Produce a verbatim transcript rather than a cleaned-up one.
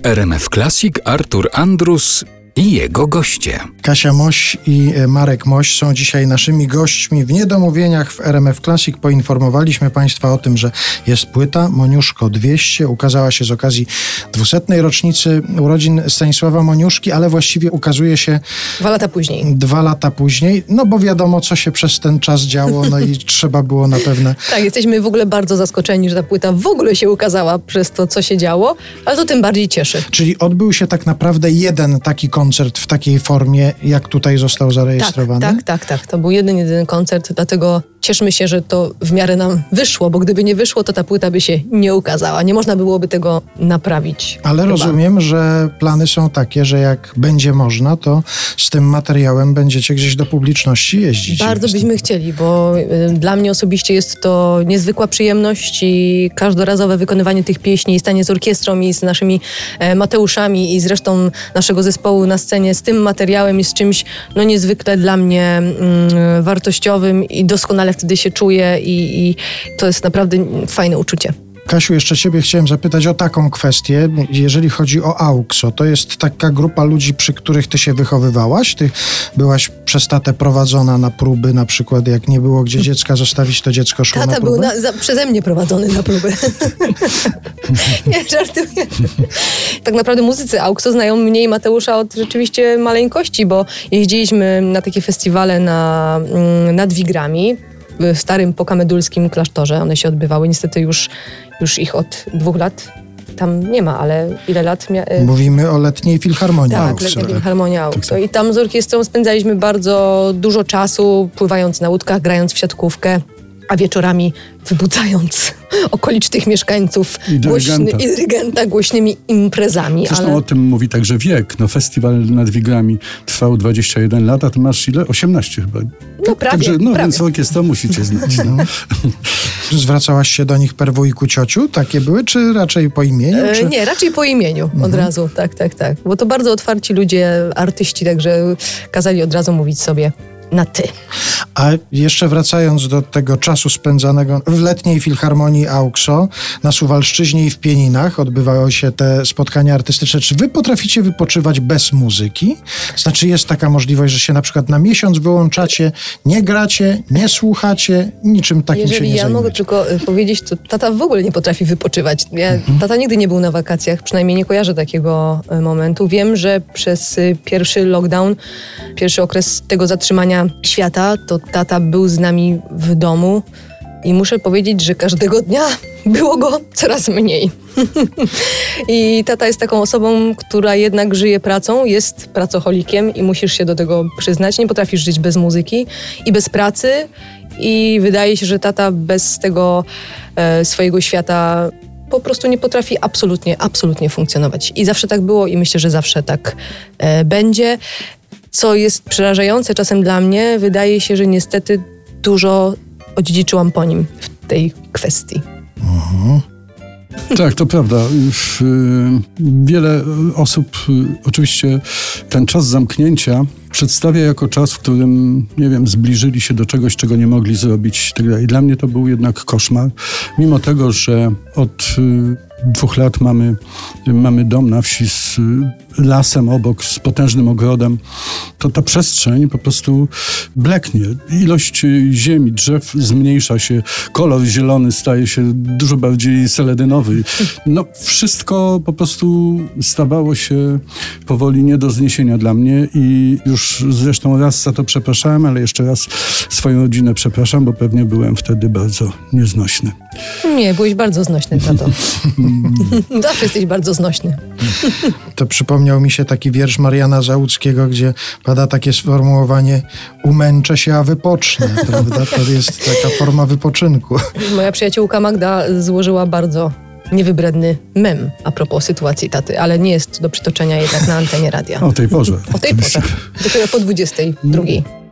R M F Classic Artur Andrus i jego goście. Kasia Moś i Marek Moś są dzisiaj naszymi gośćmi w Niedomówieniach w R M F Classic. Poinformowaliśmy Państwa o tym, że jest płyta Moniuszko dwieście. Ukazała się z okazji dwusetnej rocznicy urodzin Stanisława Moniuszki, ale właściwie ukazuje się Dwa lata później. Dwa lata później, no bo wiadomo, co się przez ten czas działo, no i trzeba było na pewne... Tak, jesteśmy w ogóle bardzo zaskoczeni, że ta płyta w ogóle się ukazała przez to, co się działo, ale to tym bardziej cieszy. Czyli odbył się tak naprawdę jeden taki koncert w takiej formie, jak tutaj został zarejestrowany? Tak, tak, tak, tak. To był jeden, jedyny koncert, dlatego cieszmy się, że to w miarę nam wyszło, bo gdyby nie wyszło, to ta płyta by się nie ukazała. Nie można byłoby tego naprawić. Ale chyba. Rozumiem, że plany są takie, że jak będzie można, to z tym materiałem będziecie gdzieś do publiczności jeździć. Bardzo byśmy chcieli, bo y, dla mnie osobiście jest to niezwykła przyjemność i każdorazowe wykonywanie tych pieśni i stanie z orkiestrą i z naszymi e, Mateuszami i z resztą naszego zespołu na scenie z tym materiałem jest czymś no niezwykle dla mnie mm, wartościowym i doskonale wtedy się czuję i, i to jest naprawdę fajne uczucie. Kasiu, jeszcze ciebie chciałem zapytać o taką kwestię, jeżeli chodzi o AUKSO. To jest taka grupa ludzi, przy których ty się wychowywałaś? Ty byłaś przez tatę prowadzona na próby, na przykład jak nie było gdzie dziecka zostawić, to dziecko szło Tata na próby? był na, za, przeze mnie prowadzony na próby. Nie, żartuję. Tak naprawdę muzycy AUKSO znają mnie i Mateusza od rzeczywiście maleńkości, bo jeździliśmy na takie festiwale na, nad Wigrami, w starym pokamedulskim klasztorze. One się odbywały. Niestety już, już ich od dwóch lat tam nie ma, ale ile lat miałem? Mówimy o Letniej Filharmonii Tak, AUKSO. Letniej Filharmonii AUKSO. I tam z orkiestrą spędzaliśmy bardzo dużo czasu, pływając na łódkach, grając w siatkówkę, a wieczorami wybudzając okolicznych mieszkańców I dyrygenta. Głośny, i dyrygenta głośnymi imprezami. Zresztą ale... o tym mówi także wiek. No, festiwal nad Wigrami trwał dwadzieścia jeden lat, a ty masz ile? osiemnaście chyba. No prawie, Także, no, prawie. więc orkiestrę musicie znać. No. Zwracałaś się do nich per wujku, ciociu? Takie były, czy raczej po imieniu? E, Czy... nie, raczej po imieniu od Mhm. razu. Tak, tak, tak. Bo to bardzo otwarci ludzie, artyści, także kazali od razu mówić sobie na ty. A jeszcze wracając do tego czasu spędzanego w Letniej Filharmonii AUKSO, na Suwalszczyźnie i w Pieninach odbywały się te spotkania artystyczne. Czy wy potraficie wypoczywać bez muzyki? Znaczy jest taka możliwość, że się na przykład na miesiąc wyłączacie, nie gracie, nie słuchacie, niczym takim Jeżeli się nie ja zajmujecie? mogę tylko y, powiedzieć, to tata w ogóle nie potrafi wypoczywać. Ja, Mhm. Tata nigdy nie był na wakacjach, przynajmniej nie kojarzę takiego y, momentu. Wiem, że przez y, pierwszy lockdown, pierwszy okres tego zatrzymania świata, to tata był z nami w domu i muszę powiedzieć, że każdego dnia było go coraz mniej. I tata jest taką osobą, która jednak żyje pracą, jest pracocholikiem i musisz się do tego przyznać. Nie potrafisz żyć bez muzyki i bez pracy i wydaje się, że tata bez tego e, swojego świata po prostu nie potrafi absolutnie, absolutnie funkcjonować. I zawsze tak było i myślę, że zawsze tak e, będzie. Co jest przerażające czasem dla mnie, wydaje się, że niestety dużo odziedziczyłam po nim w tej kwestii. Mhm. Tak, to prawda. W, y, wiele osób y, oczywiście ten czas zamknięcia przedstawia jako czas, w którym, nie wiem, zbliżyli się do czegoś, czego nie mogli zrobić i tak dalej. Dla mnie to był jednak koszmar. Mimo tego, że od y, dwóch lat mamy, mamy dom na wsi z lasem obok, z potężnym ogrodem, to ta przestrzeń po prostu bleknie. Ilość ziemi, drzew zmniejsza się, kolor zielony staje się dużo bardziej seledynowy. No, wszystko po prostu stawało się powoli nie do zniesienia dla mnie i już zresztą raz za to przepraszałem, ale jeszcze raz swoją rodzinę przepraszam, bo pewnie byłem wtedy bardzo nieznośny. Nie, byłeś bardzo znośny, tato. Zawsze jesteś bardzo znośny. To przypomniał mi się taki wiersz Mariana Załuckiego, gdzie pada takie sformułowanie umęczę się, a wypocznę, prawda? To jest taka forma wypoczynku. Moja przyjaciółka Magda złożyła bardzo niewybredny mem a propos sytuacji taty, ale nie jest do przytoczenia jednak na antenie radia. O tej porze. O tej porze. Dopiero po dwudziestej drugiej.